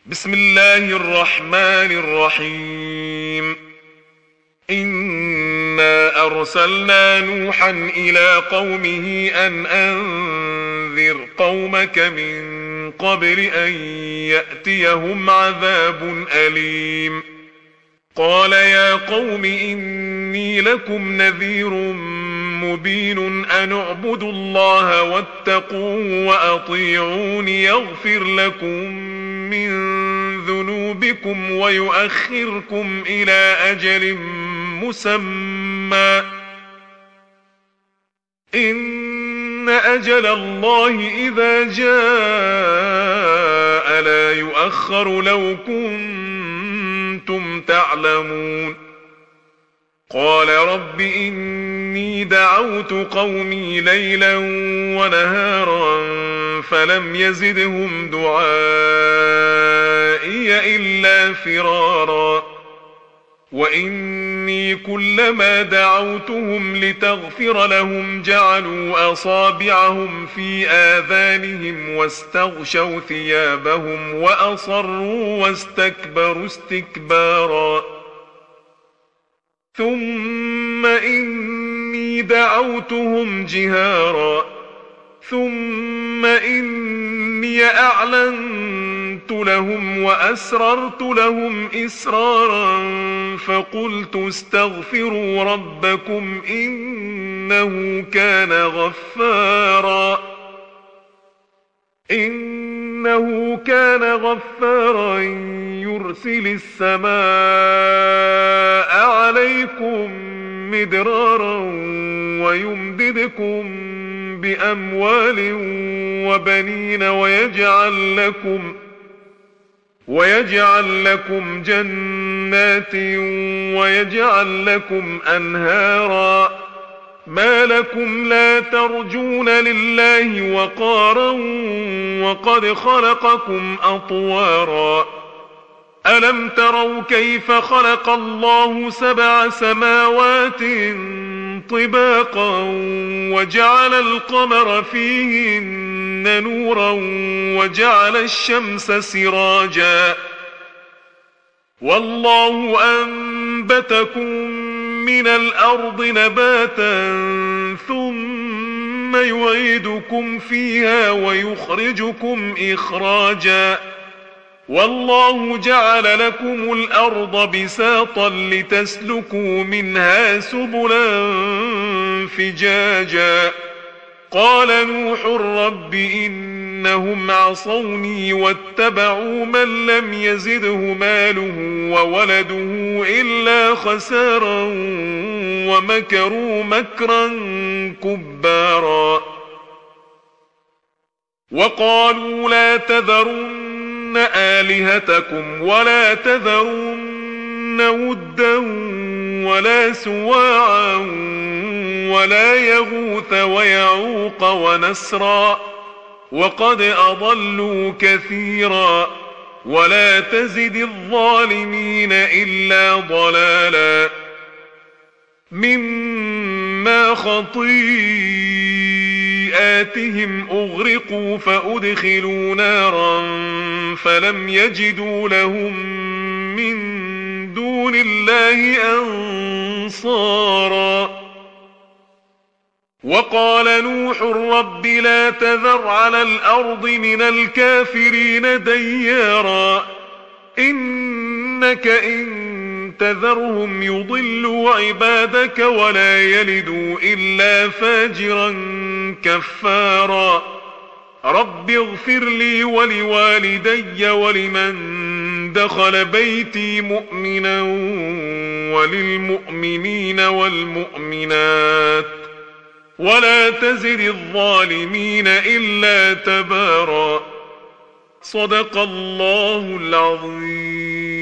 بسم الله الرحمن الرحيم. إنا أرسلنا نوحا إلى قومه أن أنذر قومك من قبل أن يأتيهم عذاب أليم. قال يا قوم إني لكم نذير مبين أن اعبدوا الله واتقوه وأطيعون يغفر لكم من ذنوبكم ويؤخركم إلى أجل مسمى إن أجل الله إذا جاء لا يؤخر لو كنتم تعلمون. قال رب إني دعوت قومي ليلا ونهارا فلم يزدهم دعائي إلا فرارا وإني كلما دعوتهم لتغفر لهم جعلوا أصابعهم في آذانهم واستغشوا ثيابهم وأصروا واستكبروا استكبارا ثم إني دعوتهم جهارا ثم إني أعلنت لهم وأسررت لهم إسرارا فقلت استغفروا ربكم إنه كان غفارا يرسل السماء عليكم مدرارا ويمددكم بأموال وبنين ويجعل لكم جنات ويجعل لكم أنهارا ما لكم لا ترجون لله وقارا وقد خلقكم أطوارا ألم تروا كيف خلق الله 7 سماوات طباقا وجعل القمر فيهن نورا وجعل الشمس سراجا والله أنبتكم من الأرض نباتا ثم يعيدكم فيها ويخرجكم إخراجا والله جعل لكم الأرض بساطا لتسلكوا منها سبلا فجاجا قال نوح رب إنهم عصوني واتبعوا من لم يزده ماله وولده إلا خسارا ومكروا مكرا كبارا وقالوا لا تذرن آلهتكم ولا تذرن ودا ولا سواعا ولا يغوث ويعوق ونسرا وقد أضلوا كثيرا ولا تزد الظالمين إلا ضلالا مما خطيئاتهم أغرقوا فأدخلوا نارا فلم يجدوا لهم من دون الله أنصارا وقال نوح رب لا تذر على الأرض من الكافرين ديارا إنك إن تذرهم يضلوا عبادك ولا يلدوا إلا فاجرا كفارا رب اغفر لي ولوالدي ولمن دخل بيتي مؤمنا وللمؤمنين والمؤمنات ولا تزد الظالمين إلا تبارا صدق الله العظيم.